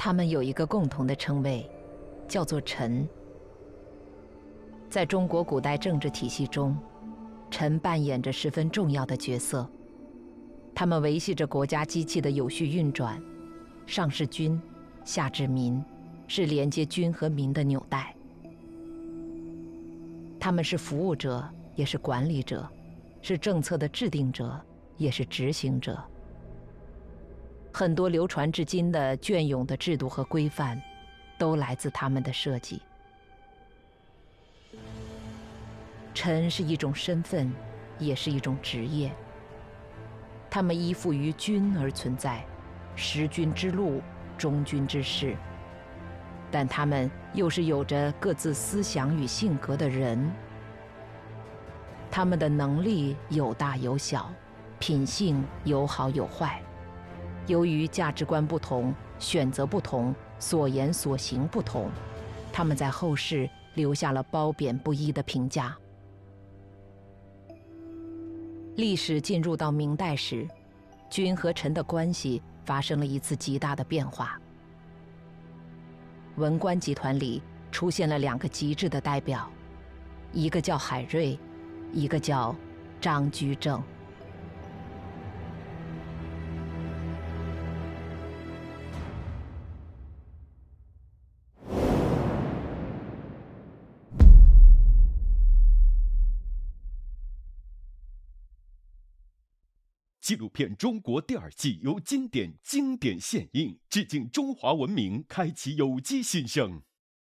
他们有一个共同的称谓，叫做臣。在中国古代政治体系中，臣扮演着十分重要的角色。他们维系着国家机器的有序运转，上至君，下至民，是连接君和民的纽带。他们是服务者，也是管理者，是政策的制定者，也是执行者。很多流传至今的隽永的制度和规范，都来自他们的设计。臣是一种身份，也是一种职业。他们依附于君而存在，识君之路，忠君之事。但他们又是有着各自思想与性格的人。他们的能力有大有小，品性有好有坏。由于价值观不同，选择不同，所言所行不同，他们在后世留下了褒贬不一的评价。历史进入到明代时，君和臣的关系发生了一次极大的变化。文官集团里出现了两个极致的代表，一个叫海瑞，一个叫张居正。 纪录片《中国》第2季由经典献映，致敬中华文明，开启有机新生。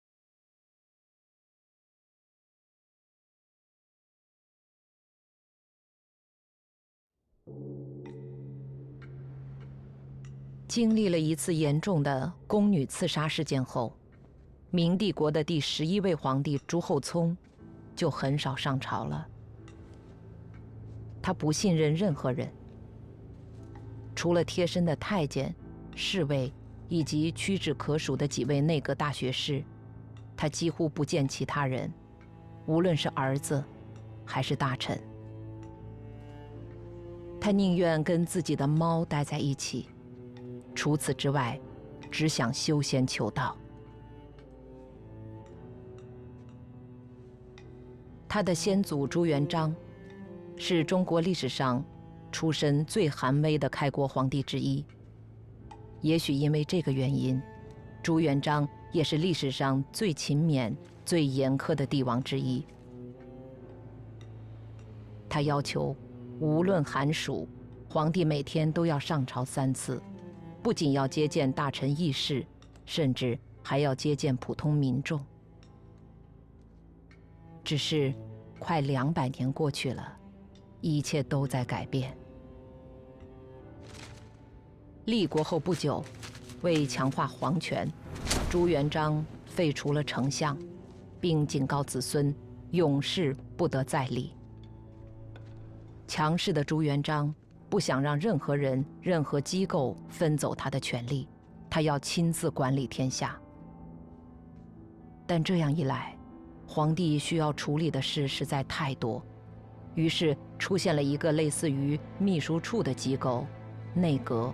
经历了一次严重的宫女刺杀事件后，明帝国的第11位皇帝朱厚熜就很少上朝了。他不信任任何人，除了贴身的太监、侍卫以及屈指可数的几位内阁大学士，他几乎不见其他人，无论是儿子还是大臣。他宁愿跟自己的猫待在一起，除此之外，只想修仙求道。他的先祖朱元璋，是中国历史上出身最寒微的开国皇帝之一。也许因为这个原因，朱元璋也是历史上最勤勉、最严苛的帝王之一。他要求，无论寒暑，皇帝每天都要上朝3次，不仅要接见大臣议事，甚至还要接见普通民众。只是，快200年过去了，一切都在改变。立国后不久，为强化皇权，朱元璋废除了丞相，并警告子孙永世不得再立。强势的朱元璋不想让任何人、任何机构分走他的权力，他要亲自管理天下。但这样一来，皇帝需要处理的事实在太多，于是出现了一个类似于秘书处的机构——内阁。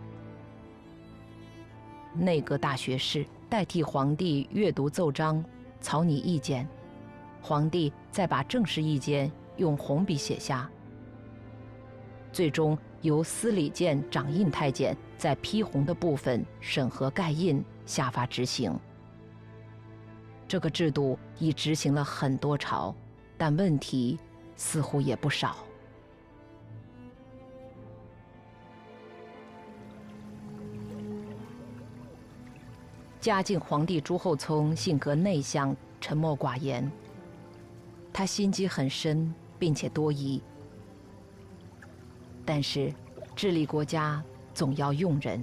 内阁大学士代替皇帝阅读奏章，草拟意见，皇帝再把正式意见用红笔写下，最终由司礼监掌印太监在批红的部分审核盖印，下发执行。这个制度已执行了很多朝，但问题似乎也不少。嘉靖皇帝朱厚熜性格内向，沉默寡言。他心机很深，并且多疑。但是，治理国家总要用人。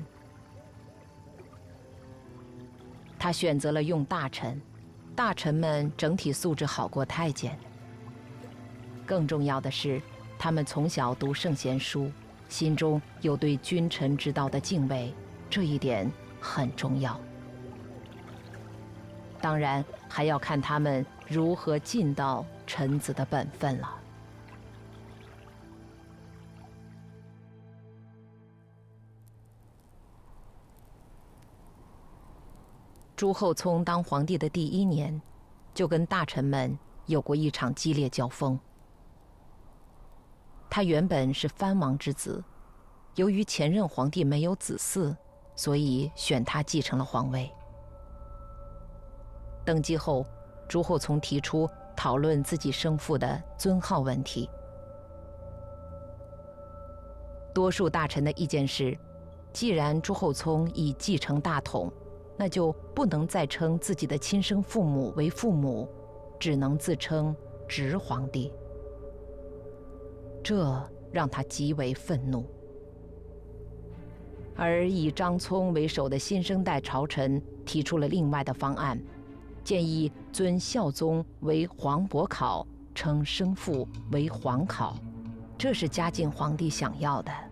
他选择了用大臣，大臣们整体素质好过太监。更重要的是，他们从小读圣贤书，心中有对君臣之道的敬畏，这一点很重要。当然，还要看他们如何尽到臣子的本分了。 朱厚熜当皇帝的第1年，就跟大臣们有过一场激烈交锋。他原本是藩王之子，由于前任皇帝没有子嗣，所以选他继承了皇位。登基后，朱厚熜提出讨论自己生父的尊号问题。多数大臣的意见是，既然朱厚熜已继承大统，那就不能再称自己的亲生父母为父母，只能自称直皇帝。这让他极为愤怒。而以张聪为首的新生代朝臣提出了另外的方案，建议尊孝宗为皇伯考，称生父为皇考，这是嘉靖皇帝想要的。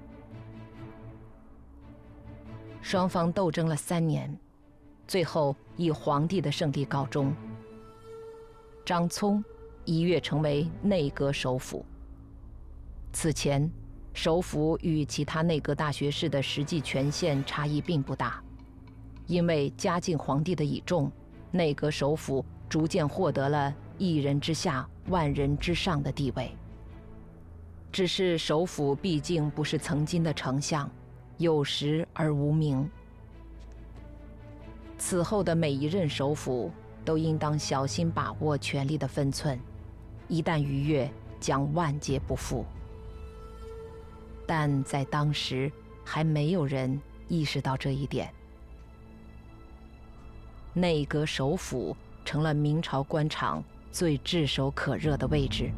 双方斗争了3年，最后以皇帝的胜利告终。张聪一跃成为内阁首辅。此前，首辅与其他内阁大学士的实际权限差异并不大，因为嘉靖皇帝的倚重，内阁首辅逐渐获得了1人之下万人之上的地位。只是首辅毕竟不是曾经的丞相，有实而无名。此后的每一任首辅都应当小心把握权力的分寸，一旦逾越，将万劫不复。但在当时，还没有人意识到这一点。内阁首辅成了明朝官场最炙手可热的位置。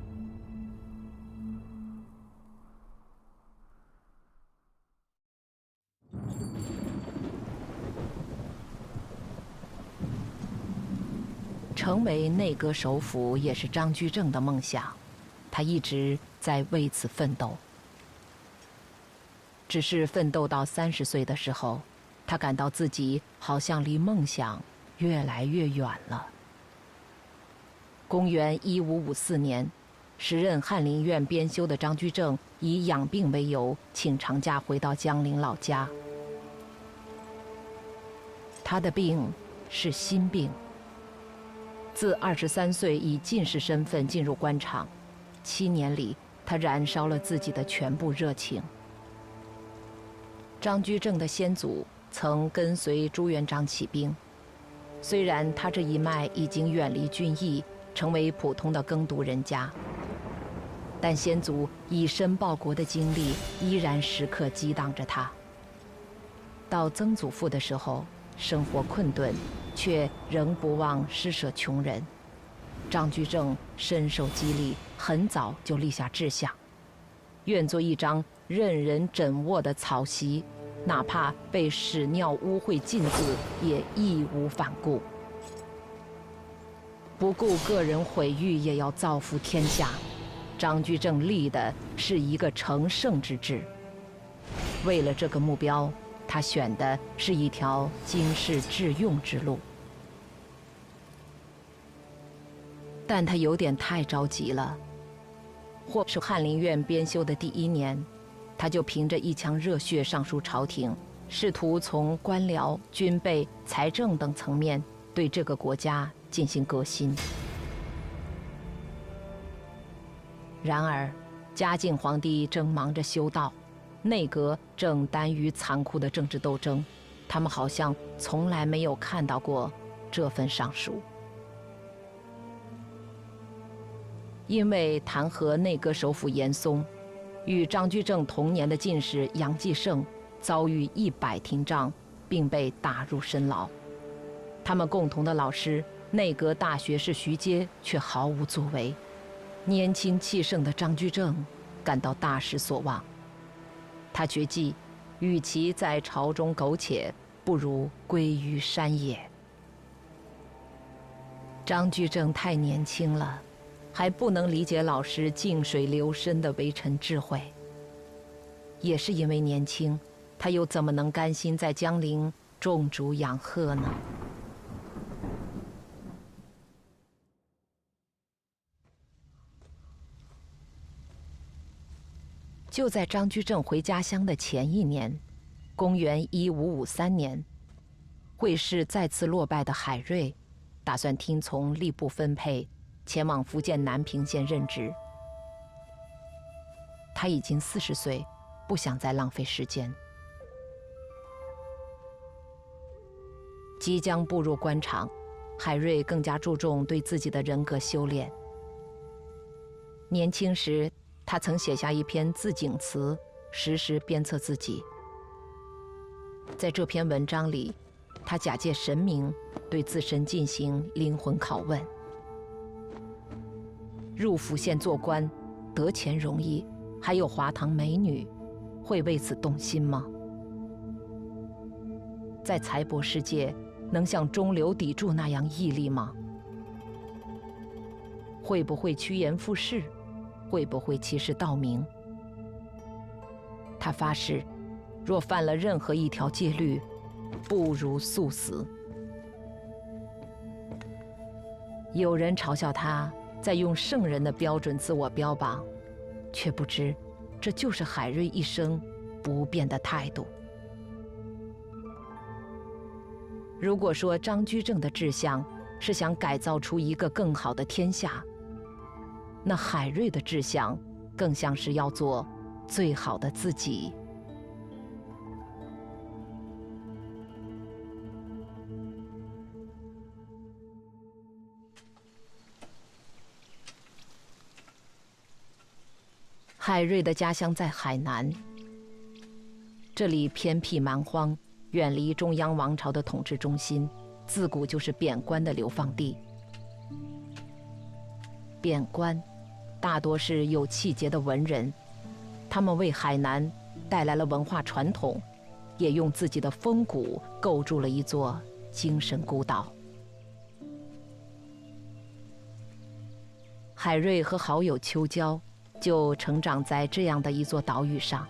成为内阁首辅也是张居正的梦想，他一直在为此奋斗。只是奋斗到30岁的时候，他感到自己好像离梦想越来越远了。公元1554年，时任翰林院编修的张居正以养病为由，请长假回到江陵老家。他的病是心病。自23岁以进士身份进入官场，7年里，他燃烧了自己的全部热情。张居正的先祖曾跟随朱元璋起兵，虽然他这一脉已经远离军役，成为普通的耕读人家，但先祖以身报国的经历依然时刻激荡着他。到曾祖父的时候，生活困顿，却仍不忘施舍穷人。张居正深受激励，很早就立下志向，愿做一张任人枕卧的草席，哪怕被屎尿污秽浸渍，也义无反顾。不顾个人毁誉，也要造福天下。张居正立的是一个成圣之志。为了这个目标，他选的是一条经世致用之路。但他有点太着急了。或是翰林院编修的第1年，他就凭着一腔热血上书朝廷，试图从官僚、军备、财政等层面对这个国家进行革新。然而，嘉靖皇帝正忙着修道，内阁正耽于残酷的政治斗争，他们好像从来没有看到过这份上书。因为弹劾内阁首辅严嵩，与张居正同年的进士杨继盛遭遇100廷杖，并被打入深牢。他们共同的老师内阁大学士徐阶却毫无作为。年轻气盛的张居正感到大失所望，他决计，与其在朝中苟且，不如归于山野。张居正太年轻了，还不能理解老师静水流深的为臣智慧。也是因为年轻，他又怎么能甘心在江陵种竹养鹤呢？就在张居正回家乡的前1年，公元1553年， 会试再次落败的海瑞，打算听从吏部分配，前往福建南平县任职。他已经40岁，不想再浪费时间。即将步入官场，海瑞更加注重对自己的人格修炼。年轻时，他曾写下一篇自警词，时时鞭策自己。在这篇文章里，他假借神明对自身进行灵魂拷问：入府县做官，得钱容易，还有华堂美女，会为此动心吗？在财帛世界，能像中流砥柱那样屹立吗？会不会趋炎附势？会不会欺世盗名？他发誓，若犯了任何一条戒律，不如速死。有人嘲笑他在用圣人的标准自我标榜，却不知这就是海瑞一生不变的态度。如果说张居正的志向是想改造出一个更好的天下，那海瑞的志向更像是要做最好的自己。海瑞的家乡在海南，这里偏僻蛮荒，远离中央王朝的统治中心，自古就是贬官的流放地。贬官大多是有气节的文人，他们为海南带来了文化传统，也用自己的风骨构筑了一座精神孤岛。海瑞和好友秋娇就成长在这样的一座岛屿上。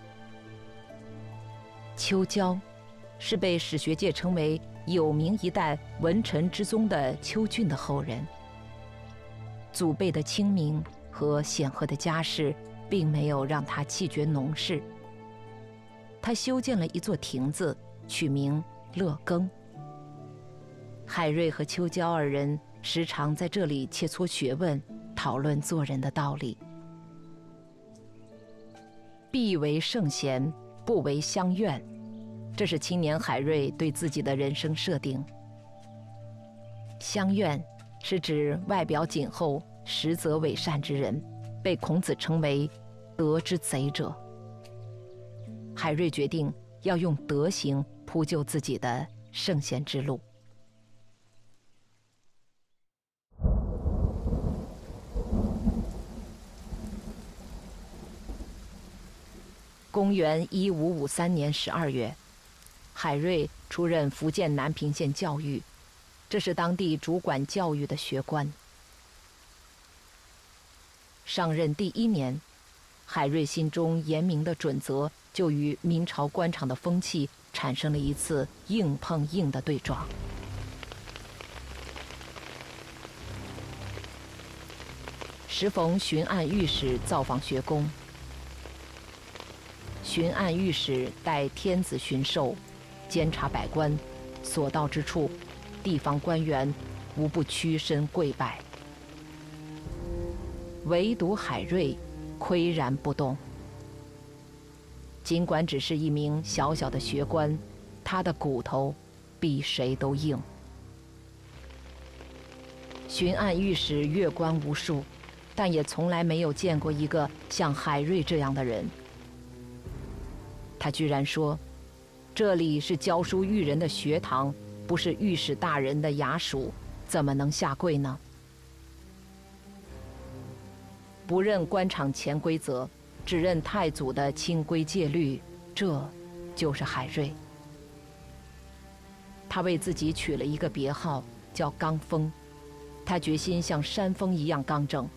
秋娇是被史学界称为有名一代文臣之宗的邱俊的后人，祖辈的清明和显赫的家世并没有让他气绝农事。他修建了一座亭子，取名乐耕。海瑞和秋娇二人时常在这里切磋学问，讨论做人的道理。必为圣贤，不为乡愿，这是青年海瑞对自己的人生设定。乡愿是指外表谨厚，实则伪善之人，被孔子称为德之贼者。海瑞决定要用德行铺就自己的圣贤之路。公元1553年12月，海瑞出任福建南平县教育，这是当地主管教育的学官。上任第1年，海瑞心中严明的准则就与明朝官场的风气产生了一次硬碰硬的对撞。时逢巡按御史造访学宫，巡按御史带天子巡狩，监察百官，所到之处，地方官员无不屈身跪拜，唯独海瑞岿然不动。尽管只是一名小小的学官，他的骨头比谁都硬。巡按御史阅官无数，但也从来没有见过一个像海瑞这样的人。他居然说，这里是教书育人的学堂，不是御史大人的衙署，怎么能下跪呢？不认官场潜规则，只认太祖的清规戒律，这就是海瑞。他为自己取了一个别号，叫刚峰。他决心像山峰一样刚正。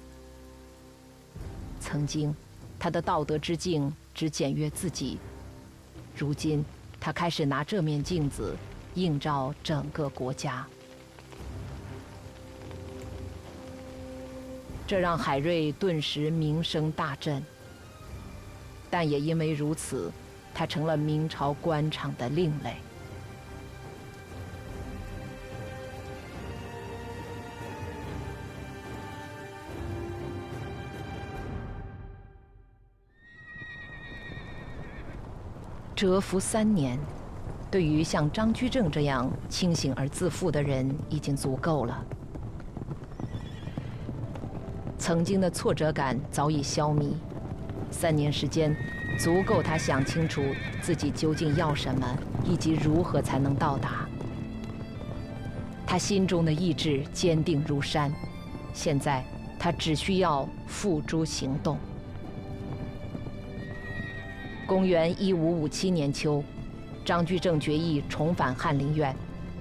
曾经，他的道德之镜只检阅自己，如今他开始拿这面镜子映照整个国家。这让海瑞顿时名声大振，但也因为如此，他成了明朝官场的另类。 蛰伏3年，对于像张居正这样清醒而自负的人已经足够了。曾经的挫折感早已消弭，3年时间足够他想清楚自己究竟要什么，以及如何才能到达。他心中的意志坚定如山，现在他只需要付诸行动。公元1557年秋，张居正决意重返翰林院。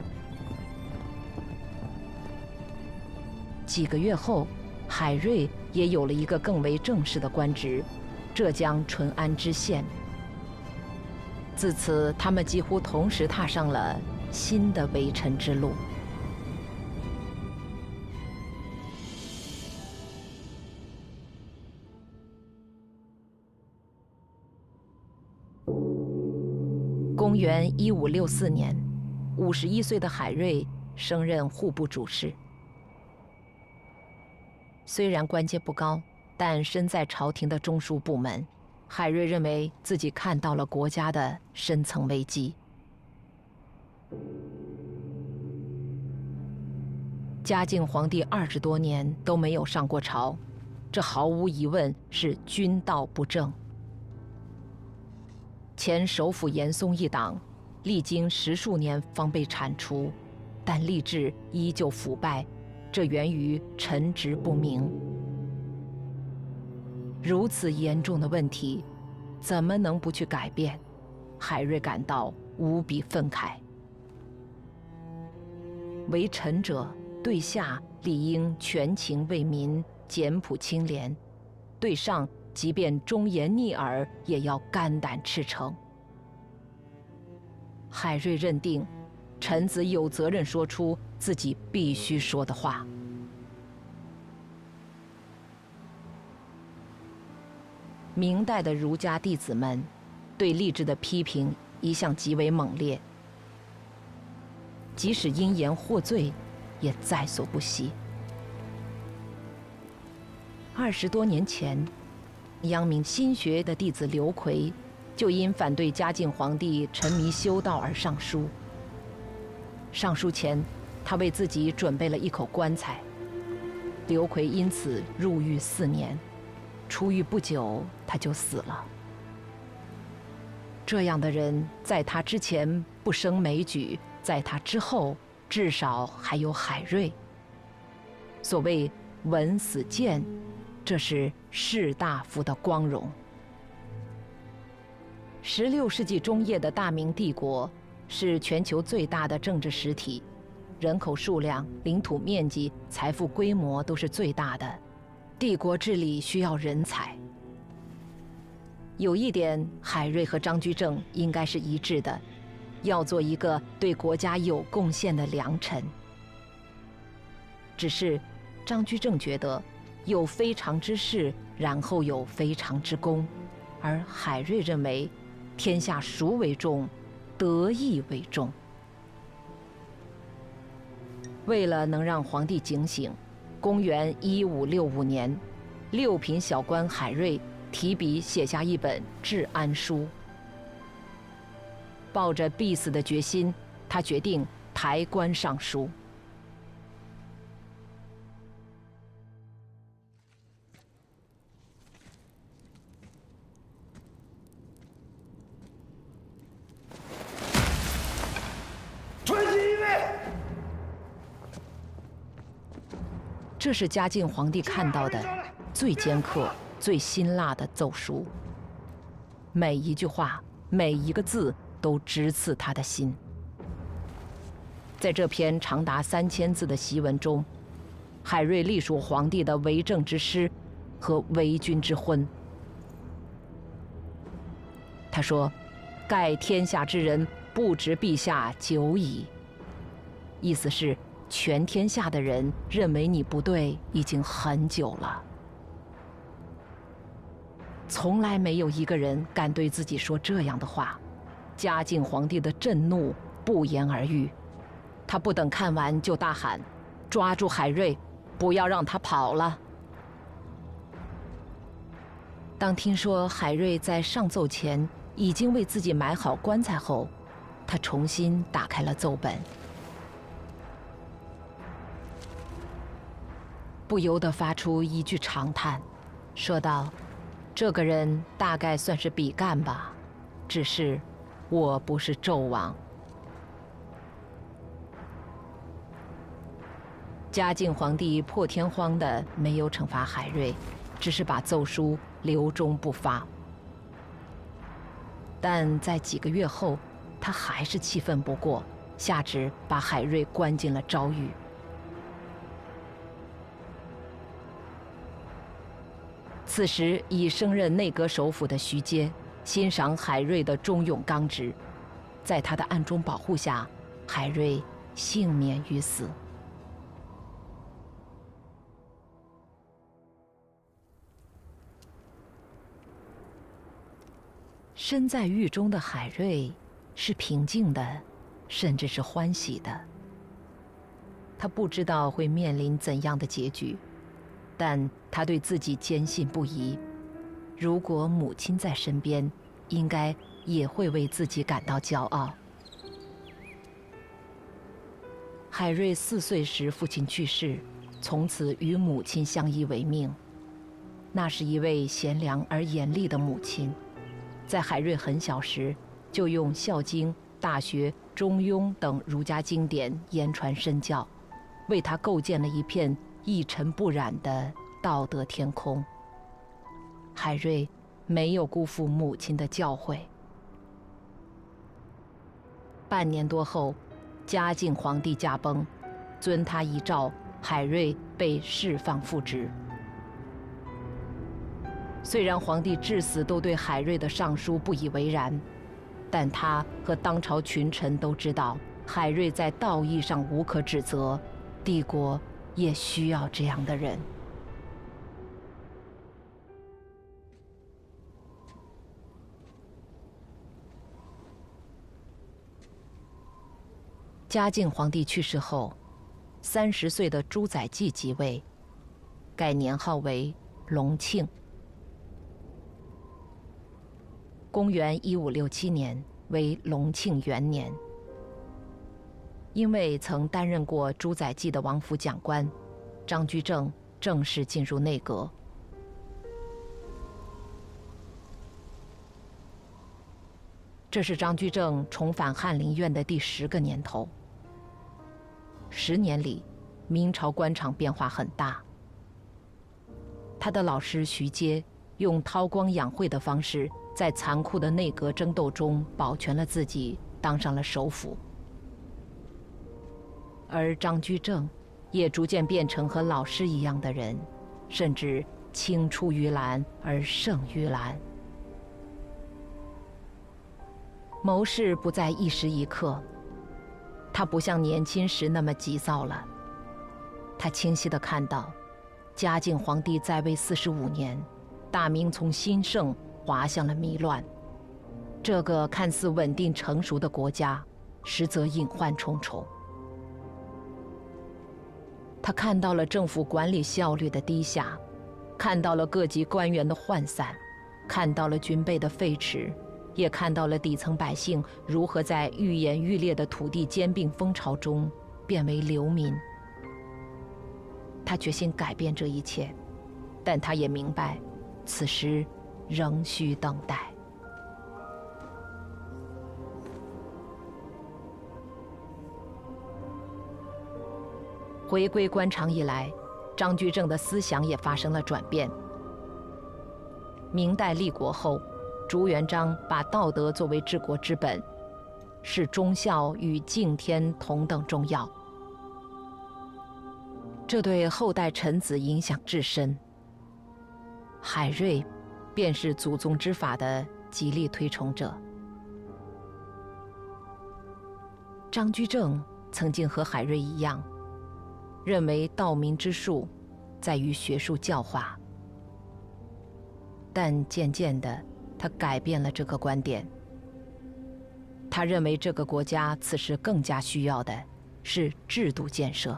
几个月后，海瑞也有了一个更为正式的官职——浙江淳安知县。自此，他们几乎同时踏上了新的为臣之路。公元1564年，51岁的海瑞升任户部主事。虽然官阶不高，但身在朝廷的中枢部门，海瑞认为自己看到了国家的深层危机。嘉靖皇帝20多年都没有上过朝，这毫无疑问是君道不正。前首辅严嵩一党，历经10数年方被铲除，但吏治依旧腐败，这源于臣职不明。如此严重的问题，怎么能不去改变？海瑞感到无比愤慨。为臣者，对下理应全情为民，简朴清廉；对上，即便忠言逆耳，也要肝胆赤诚。海瑞认定，臣子有责任说出自己必须说的话。明代的儒家弟子们对吏治的批评一向极为猛烈，即使因言获罪，也在所不惜。20多年前，阳明心学的弟子刘奎就因反对嘉靖皇帝沉迷修道而上书。上书前，他为自己准备了一口棺材。刘奎因此入狱4年，出狱不久他就死了。这样的人，在他之前不胜枚举，在他之后至少还有海瑞。所谓文死谏，这是士大夫的光荣。16世纪中叶的大明帝国是全球最大的政治实体，人口数量、领土面积、财富规模都是最大的。帝国治理需要人才。有一点，海瑞和张居正应该是一致的，要做一个对国家有贡献的良臣。只是张居正觉得有非常之事，然后有非常之功，而海瑞认为天下孰为重，德义为重。为了能让皇帝警醒，公元1565年，6品小官海瑞提笔写下一本治安书。抱着必死的决心，他决定抬棺上书。这是嘉靖皇帝看到的最尖刻、最辛辣的奏书，每一句话、每一个字都直刺他的心。在这篇长达3000字的檄文中，海瑞隶属皇帝的为政之师和为君之昏。他说：“盖天下之人不知陛下久矣。”意思是，全天下的人认为你不对已经很久了。从来没有一个人敢对自己说这样的话。嘉靖皇帝的震怒不言而喻，他不等看完就大喊：“抓住海瑞，不要让他跑了！”当听说海瑞在上奏前已经为自己埋好棺材后，他重新打开了奏本，不由得发出一句长叹，说道：“这个人大概算是比干吧，只是我不是纣王。”嘉靖皇帝破天荒地没有惩罚海瑞，只是把奏书留中不发。但在几个月后，他还是气愤不过，下旨把海瑞关进了诏狱。此时已升任内阁首辅的徐阶欣赏海瑞的忠勇刚直，在他的暗中保护下，海瑞幸免于死。身在狱中的海瑞是平静的，甚至是欢喜的。他不知道会面临怎样的结局，但他对自己坚信不疑。如果母亲在身边，应该也会为自己感到骄傲。海瑞4岁时父亲去世，从此与母亲相依为命。那是一位贤良而严厉的母亲。在海瑞很小时，就用《孝经》《大学》《中庸》等儒家经典言传身教，为他构建了一片一尘不染的道德天空。海瑞没有辜负母亲的教诲。半年多后，嘉靖皇帝驾崩，遵他遗诏，海瑞被释放复职。虽然皇帝至死都对海瑞的上书不以为然，但他和当朝群臣都知道，海瑞在道义上无可指责，帝国也需要这样的人。嘉靖皇帝去世后，30岁的朱载冀即位，改年号为隆庆。公元1567年为隆庆元年。因为曾担任过朱载冀的王府讲官，张居正正式进入内阁。这是张居正重返翰林院的第10个年头。10年里，明朝官场变化很大。他的老师徐阶用韬光养晦的方式，在残酷的内阁争斗中保全了自己，当上了首辅。而张居正也逐渐变成和老师一样的人，甚至青出于蓝而胜于蓝。谋事不再一时一刻，他不像年轻时那么急躁了。他清晰地看到，嘉靖皇帝在位45年，大明从兴盛滑向了迷乱。这个看似稳定成熟的国家，实则隐患重重。他看到了政府管理效率的低下，看到了各级官员的涣散，看到了军备的废弛，也看到了底层百姓如何在愈演愈烈的土地兼并风潮中变为流民。他决心改变这一切，但他也明白，此时仍需等待。回归官场以来，张居正的思想也发生了转变。明代立国后，朱元璋把道德作为治国之本，视忠孝与敬天同等重要。这对后代臣子影响至深。海瑞便是祖宗之法的极力推崇者。张居正曾经和海瑞一样，认为道明之术在于学术教化，但渐渐的，他改变了这个观点。他认为这个国家此时更加需要的是制度建设。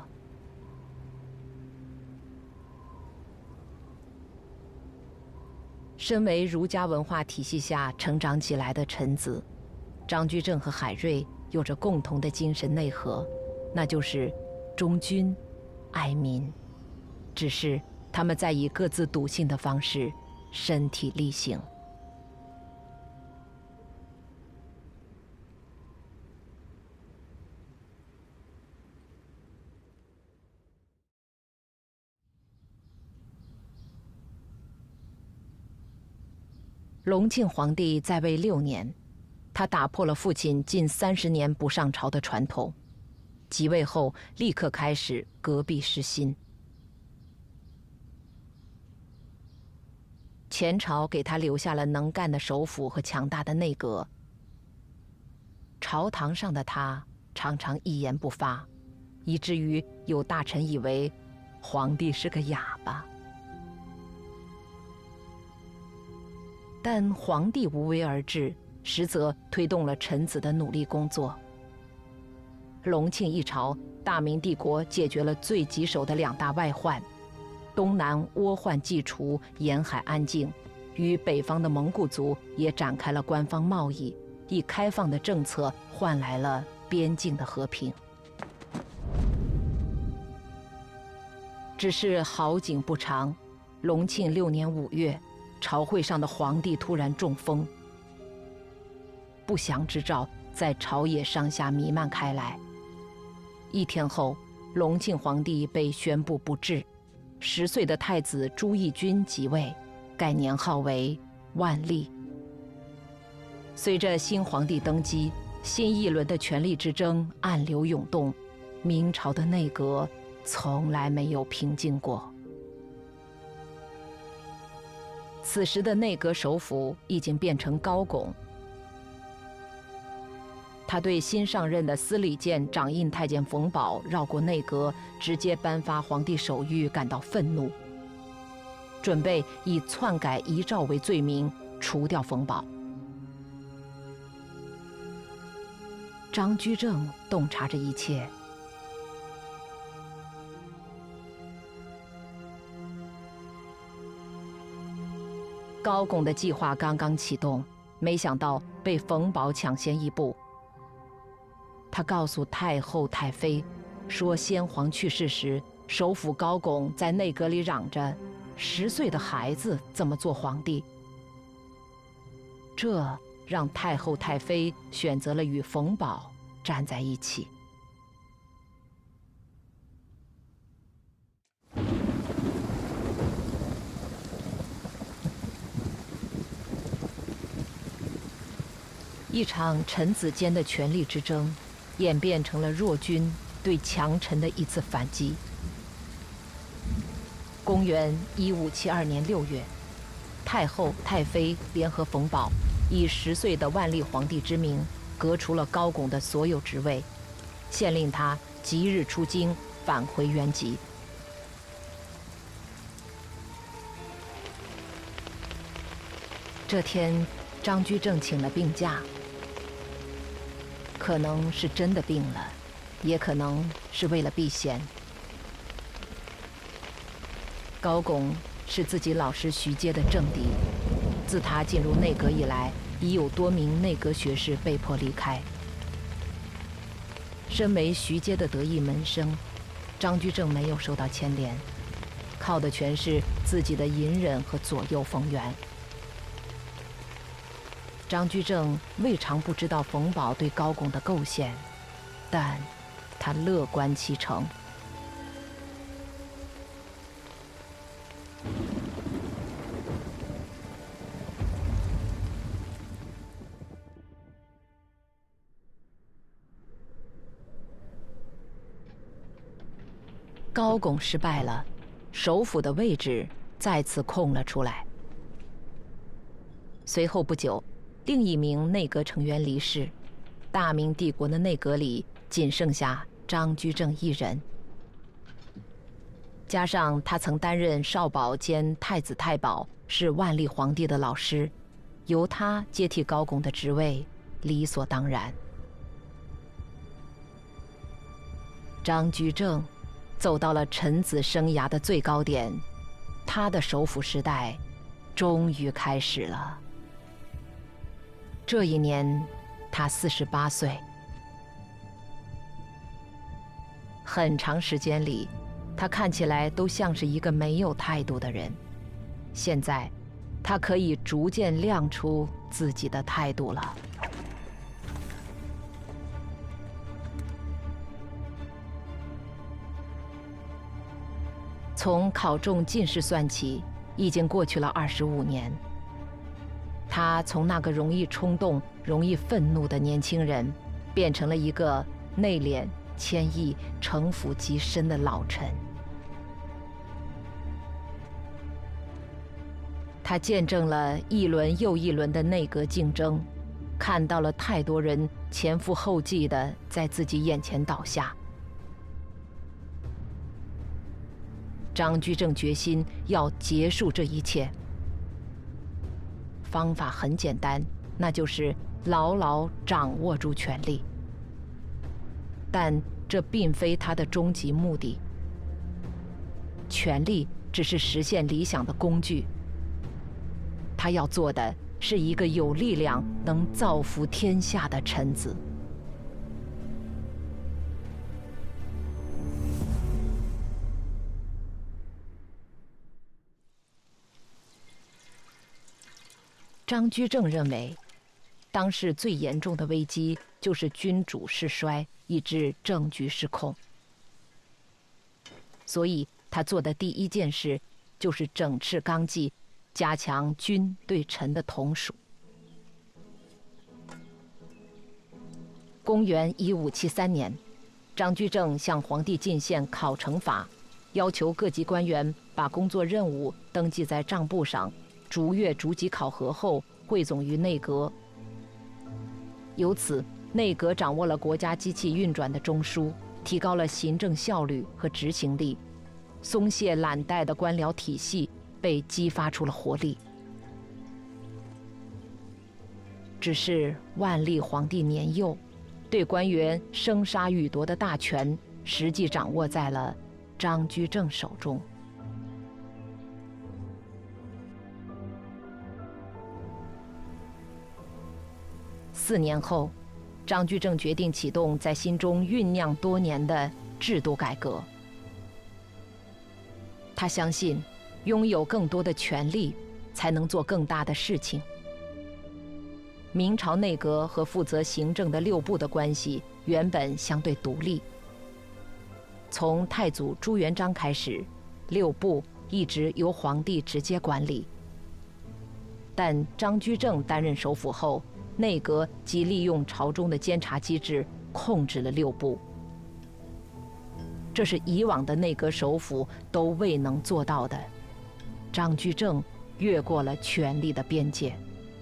身为儒家文化体系下成长起来的臣子，张居正和海瑞有着共同的精神内核，那就是忠君爱民。只是他们在以各自笃信的方式身体力行。隆庆皇帝在位6年，他打破了父亲近30年不上朝的传统，即位后立刻开始革弊施新。前朝给他留下了能干的首辅和强大的内阁，朝堂上的他常常一言不发，以至于有大臣以为皇帝是个哑巴。但皇帝无为而治，实则推动了臣子的努力工作。隆庆一朝，大明帝国解决了最棘手的2大外患，东南倭患既除，沿海安静，与北方的蒙古族也展开了官方贸易，以开放的政策换来了边境的和平。只是好景不长，隆庆6年5月，朝会上的皇帝突然中风，不祥之兆在朝野上下弥漫开来。1天后，隆庆皇帝被宣布不治，10岁的太子朱翊钧即位，改年号为万历。随着新皇帝登基，新一轮的权力之争暗流涌动，明朝的内阁从来没有平静过。此时的内阁首辅已经变成高拱，他对新上任的司礼监掌印太监冯保绕过内阁，直接颁发皇帝手谕感到愤怒，准备以篡改遗诏为罪名除掉冯保。张居正洞察这一切，高拱的计划刚刚启动，没想到被冯保抢先一步。他告诉太后太妃，说先皇去世时，首辅高拱在内阁里嚷着10岁的孩子怎么做皇帝。这让太后太妃选择了与冯保站在一起。一场臣子间的权力之争，演变成了弱君对强臣的一次反击。公元1572年6月，太后、太妃联合冯保，以10岁的万历皇帝之名，革除了高拱的所有职位，限令他即日出京，返回原籍。这天，张居正请了病假。可能是真的病了，也可能是为了避嫌。高拱是自己老师徐阶的政敌，自他进入内阁以来，已有多名内阁学士被迫离开。身为徐阶的得意门生，张居正没有受到牵连，靠的全是自己的隐忍和左右逢源。张居正未尝不知道冯保对高拱的构陷，但他乐观其成。高拱失败了，首辅的位置再次空了出来。随后不久，另一名内阁成员离世，大明帝国的内阁里仅剩下张居正一人。加上他曾担任少保兼太子太保，是万历皇帝的老师，由他接替高拱的职位，理所当然。张居正走到了臣子生涯的最高点，他的首辅时代终于开始了。这一年，他48岁。很长时间里，他看起来都像是一个没有态度的人。现在，他可以逐渐亮出自己的态度了。从考中进士算起，已经过去了25年。他从那个容易冲动、容易愤怒的年轻人，变成了一个内敛、谦抑、城府极深的老臣。他见证了一轮又一轮的内阁竞争，看到了太多人前赴后继地在自己眼前倒下。张居正决心要结束这一切，方法很简单，那就是牢牢掌握住权力。但这并非他的终极目的，权力只是实现理想的工具。他要做的是一个有力量、能造福天下的臣子。张居正认为，当时最严重的危机就是君主势衰，以致政局失控。所以他做的第一件事就是整治纲纪，加强君对臣的统属。公元1573年，张居正向皇帝进献考成法，要求各级官员把工作任务登记在账簿上，逐月逐级考核后汇总于内阁。由此，内阁掌握了国家机器运转的中枢，提高了行政效率和执行力，松懈懒怠的官僚体系被激发出了活力。只是万历皇帝年幼，对官员生杀予夺的大权实际掌握在了张居正手中。4年后，张居正决定启动在心中酝酿多年的制度改革。他相信，拥有更多的权力，才能做更大的事情。明朝内阁和负责行政的6部的关系原本相对独立。从太祖朱元璋开始，6部一直由皇帝直接管理。但张居正担任首辅后，内阁即利用朝中的监察机制控制了6部，这是以往的内阁首辅都未能做到的。张居正越过了权力的边界。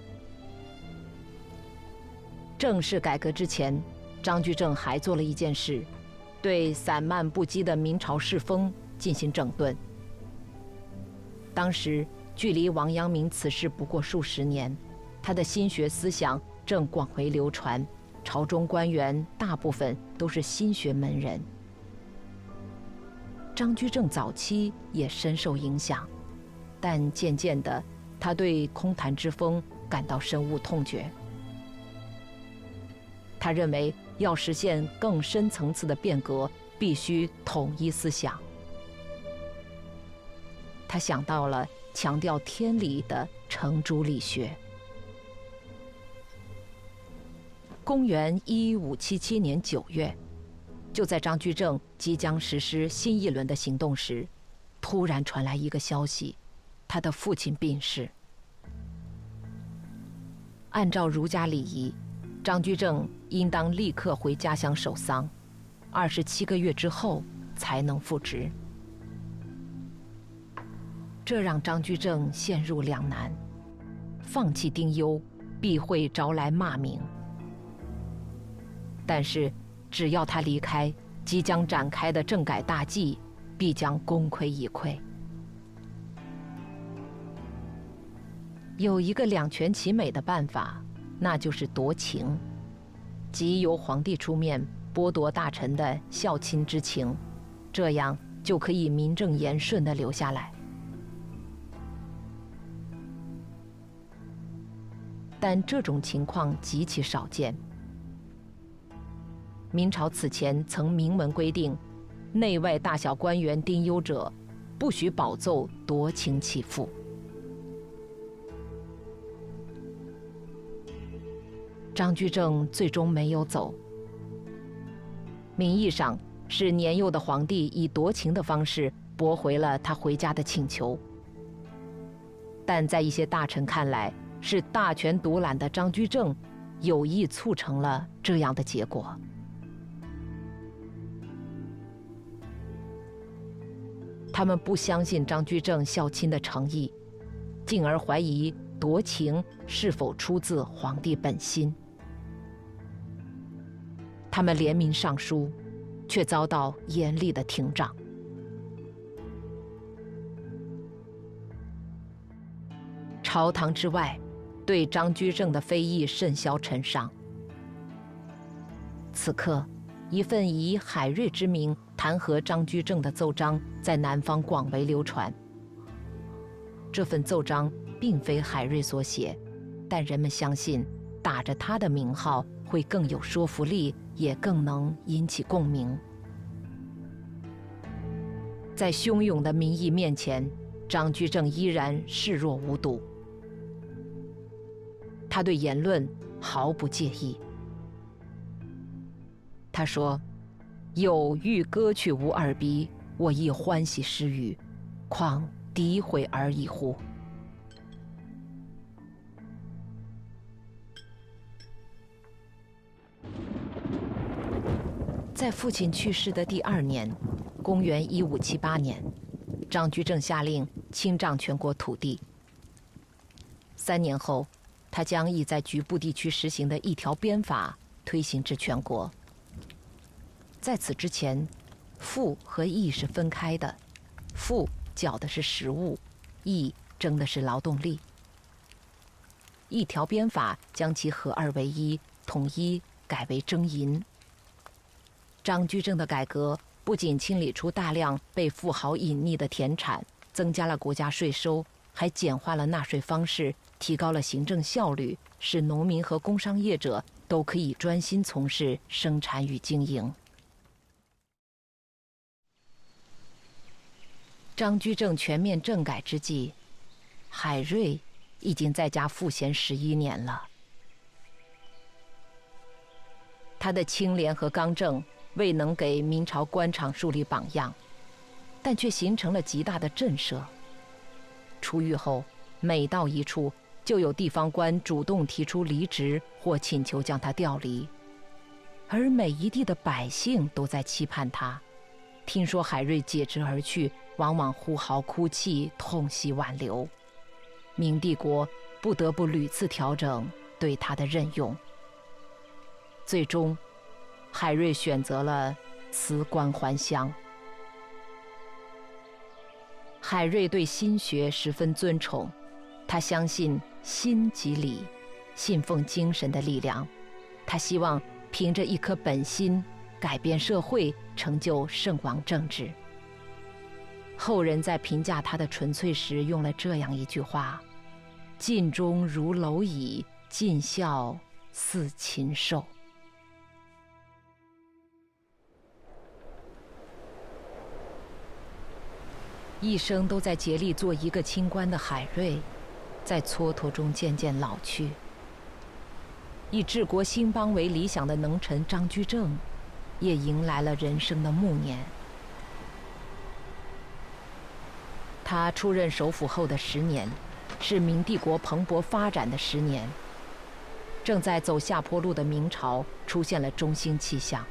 正式改革之前，张居正还做了一件事，对散漫不羁的明朝世风进行整顿。当时距离王阳明辞世不过数十年，他的心学思想正广为流传，朝中官员大部分都是心学门人。张居正早期也深受影响，但渐渐的，他对空谈之风感到深恶痛绝。他认为，要实现更深层次的变革，必须统一思想。他想到了强调天理的程朱理学。公元1577年9月，就在张居正即将实施新一轮的行动时，突然传来一个消息，他的父亲病逝。按照儒家礼仪，张居正应当立刻回家乡守丧，27个月之后才能复职。这让张居正陷入两难，放弃丁忧，必会招来骂名。但是，只要他离开，即将展开的政改大计必将功亏一篑。有一个两全其美的办法，那就是夺情，即由皇帝出面剥夺大臣的孝亲之情，这样就可以名正言顺地留下来。 但这种情况极其少见。明朝此前曾明文规定，内外大小官员丁忧者，不许保奏夺情弃妇。张居正最终没有走。名义上是年幼的皇帝以夺情的方式驳回了他回家的请求，但在一些大臣看来，是大权独揽的张居正有意促成了这样的结果。他们不相信张居正孝亲的诚意，进而怀疑夺情是否出自皇帝本心。他们联名上书，却遭到严厉的廷杖。朝堂之外，对张居正的非议甚嚣尘上。此刻，一份以海瑞之名弹劾张居正的奏章在南方广为流传。这份奏章并非海瑞所写，但人们相信，打着他的名号会更有说服力，也更能引起共鸣。在汹涌的民意面前，张居正依然视若无睹。他对言论毫不介意。他说：“有欲割去吾耳鼻，我亦欢喜失语，况诋毁而已乎？”在父亲去世的第2年，公元1578年，张居正下令清账全国土地。3年后，他将已在局部地区实行的一条鞭法推行至全国。在此之前，赋和役是分开的，赋缴的是实物，役征的是劳动力。一条鞭法将其合二为一，统一改为征银。张居正的改革不仅清理出大量被富豪隐匿的田产，增加了国家税收，还简化了纳税方式，提高了行政效率，使农民和工商业者都可以专心从事生产与经营。张居正全面政改之际，海瑞已经在家赋闲11年了。他的清廉和刚正未能给明朝官场树立榜样，但却形成了极大的震慑。出狱后，每到一处，就有地方官主动提出离职或请求将他调离，而每一地的百姓都在期盼他。听说海瑞解职而去，往往呼号哭泣，痛惜挽留。明帝国不得不屡次调整对他的任用。最终，海瑞选择了辞官还乡。海瑞对心学十分尊崇，他相信心即理，信奉精神的力量。他希望凭着一颗本心，改变社会，成就圣王政治。后人在评价他的纯粹时，用了这样一句话：“尽忠如蝼蚁，尽孝似禽兽。”一生都在竭力做一个清官的海瑞，在蹉跎中渐渐老去。以治国兴邦为理想的能臣张居正，也迎来了人生的暮年。他出任首辅后的10年，是明帝国蓬勃发展的10年。正在走下坡路的明朝出现了中兴气象。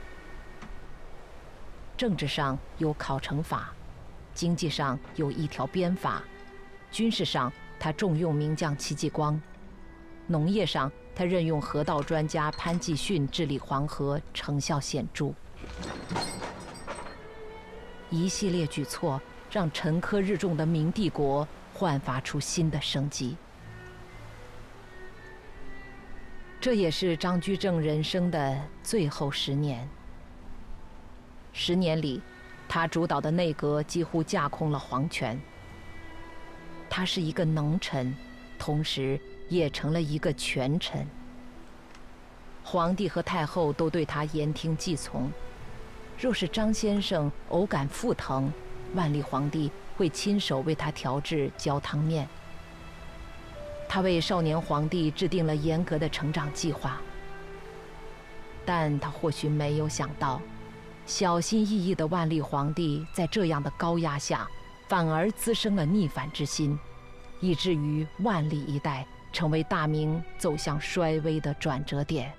政治上有考成法，经济上有一条鞭法，军事上他重用名将戚继光，农业上他任用河道专家潘季训治理黄河，成效显著。一系列举措让沉疴日重的明帝国焕发出新的生机。这也是张居正人生的最后10年。10年里，他主导的内阁几乎架空了皇权。他是一个能臣， 同时也成了一个权臣。皇帝和太后都对他言听计从。若是张先生偶感腹疼，万历皇帝会亲手为他调制焦汤面。他为少年皇帝制定了严格的成长计划，但他或许没有想到，小心翼翼的万历皇帝在这样的高压下，反而滋生了逆反之心，以至于万历一代成为大明走向衰微的转折点。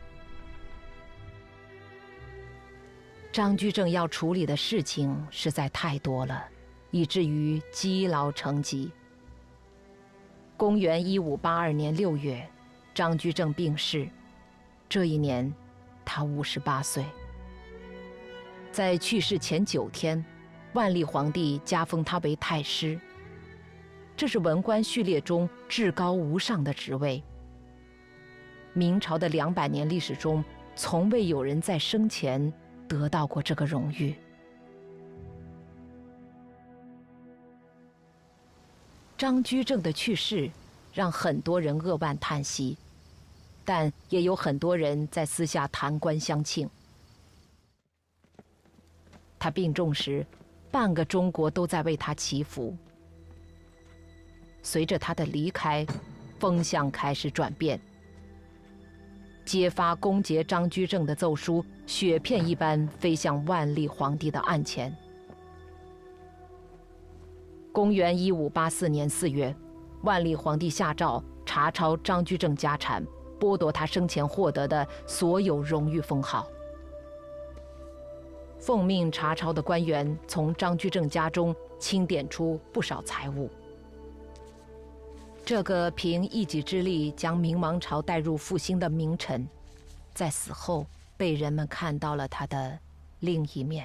张居正要处理的事情实在太多了，以至于积劳成疾。公元1582年6月，张居正病逝，这一年他58岁。在去世前9天，万历皇帝加封他为太师，这是文官序列中至高无上的职位。明朝的200年历史中，从未有人在生前得到过这个荣誉。张居正的去世让很多人扼腕叹息，但也有很多人在私下弹冠相庆。他病重时，半个中国都在为他祈福。随着他的离开，风向开始转变。揭发攻讦张居正的奏书雪片一般飞向万历皇帝的案前。公元1584年4月，万历皇帝下诏查抄张居正家产，剥夺他生前获得的所有荣誉封号。奉命查抄的官员从张居正家中清点出不少财物。这个凭一己之力将明王朝带入复兴的名臣，在死后被人们看到了他的另一面。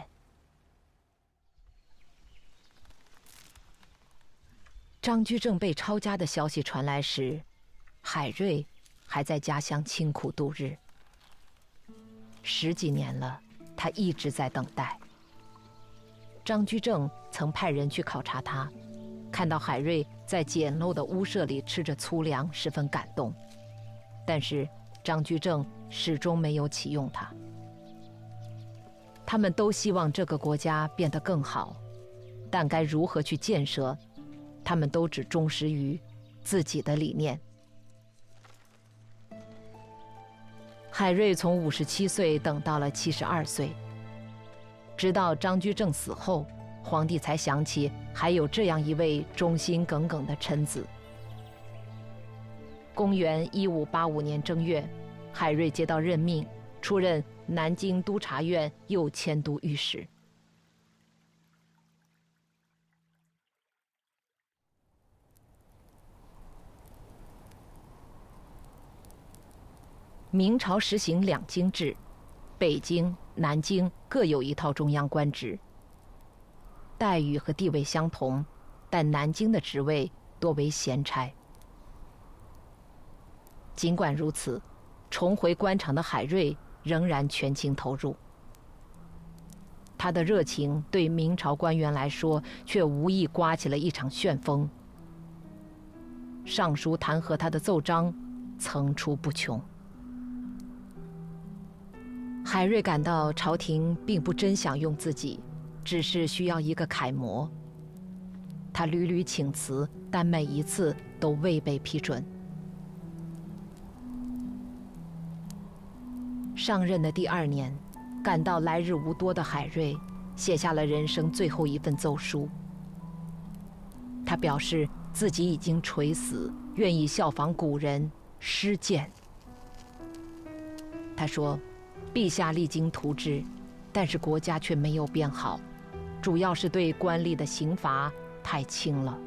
张居正被抄家的消息传来时，海瑞还在家乡清苦度日。10几年了，他一直在等待。张居正曾派人去考察他，看到海瑞在简陋的屋舍里吃着粗粮，十分感动。但是张居正始终没有启用他。他们都希望这个国家变得更好，但该如何去建设，他们都只忠实于自己的理念。海瑞从57岁等到了72岁，直到张居正死后，皇帝才想起还有这样一位忠心耿耿的臣子。公元1585年正月，海瑞接到任命，出任南京督察院右迁都御史。明朝实行2京制，北京、南京各有一套中央官职，待遇和地位相同，但南京的职位多为闲差。尽管如此，重回官场的海瑞仍然全情投入。他的热情对明朝官员来说却无意刮起了一场旋风。上书弹劾他的奏章层出不穷。海瑞感到朝廷并不真想用自己，只是需要一个楷模。他屡屡请辞，但每一次都未被批准。上任的第2年，感到来日无多的海瑞写下了人生最后一份奏书。他表示自己已经垂死，愿意效仿古人施剑。他说，陛下励精图治，但是国家却没有变好，主要是对官吏的刑罚太轻了。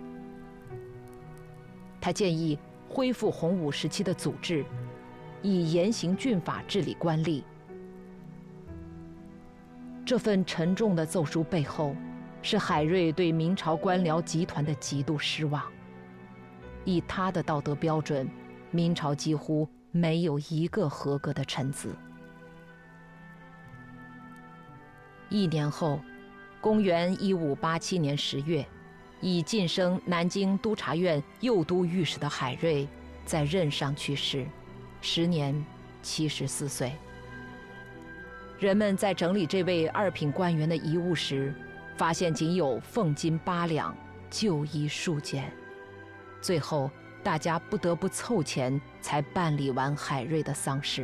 他建议恢复洪武时期的祖制，以严刑峻法治理官吏。这份沉重的奏书背后，是海瑞对明朝官僚集团的极度失望。以他的道德标准，明朝几乎没有一个合格的臣子。1年后，公元1587年10月，已晋升南京督察院右都御史的海瑞在任上去世，时年74岁。人们在整理这位二品官员的遗物时，发现仅有俸金8两、旧衣数件。最后，大家不得不凑钱才办理完海瑞的丧事。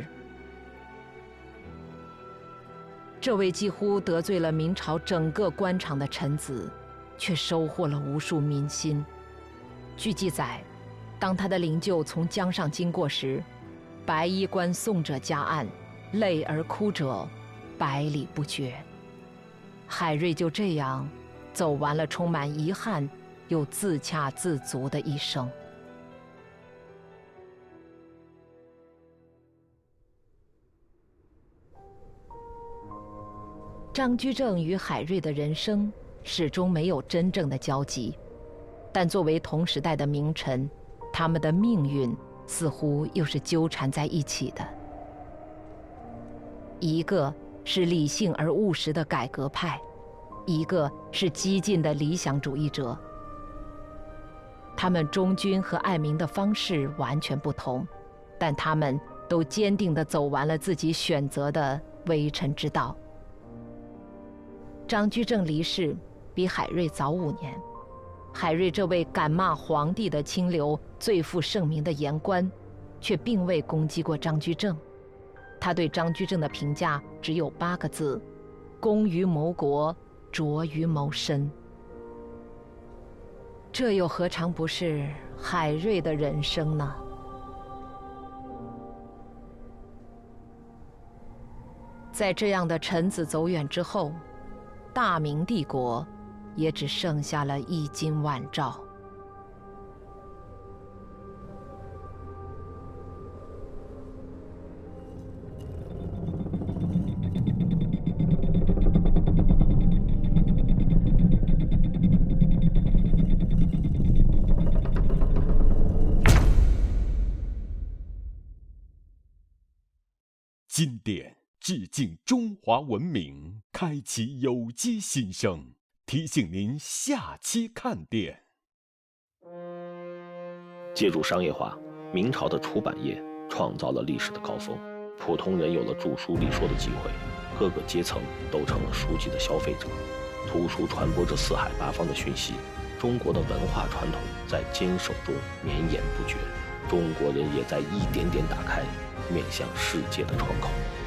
这位几乎得罪了明朝整个官场的臣子，却收获了无数民心。据记载，当他的灵柩从江上经过时，白衣官送者加岸，泪而哭者百里不绝。海瑞就这样走完了充满遗憾又自洽自足的一生。张居正与海瑞的人生始终没有真正的交集，但作为同时代的名臣，他们的命运似乎又是纠缠在一起的。一个是理性而务实的改革派，一个是激进的理想主义者。他们忠君和爱民的方式完全不同，但他们都坚定地走完了自己选择的为臣之道。张居正离世比海瑞早5年，海瑞这位敢骂皇帝的清流、最负盛名的言官，却并未攻击过张居正。他对张居正的评价只有8个字：功于谋国，拙于谋身。这又何尝不是海瑞的人生呢？在这样的臣子走远之后，大明帝国也只剩下了一襟晚照。 经典致敬中华文明，开启有机新生。提醒您下期看点。 借助商业化，明朝的出版业创造了历史的高峰，普通人有了著书立说的机会，各个阶层都成了书籍的消费者。图书传播着四海八方的讯息，中国的文化传统在坚守中绵延不绝，中国人也在一点点打开面向世界的窗口。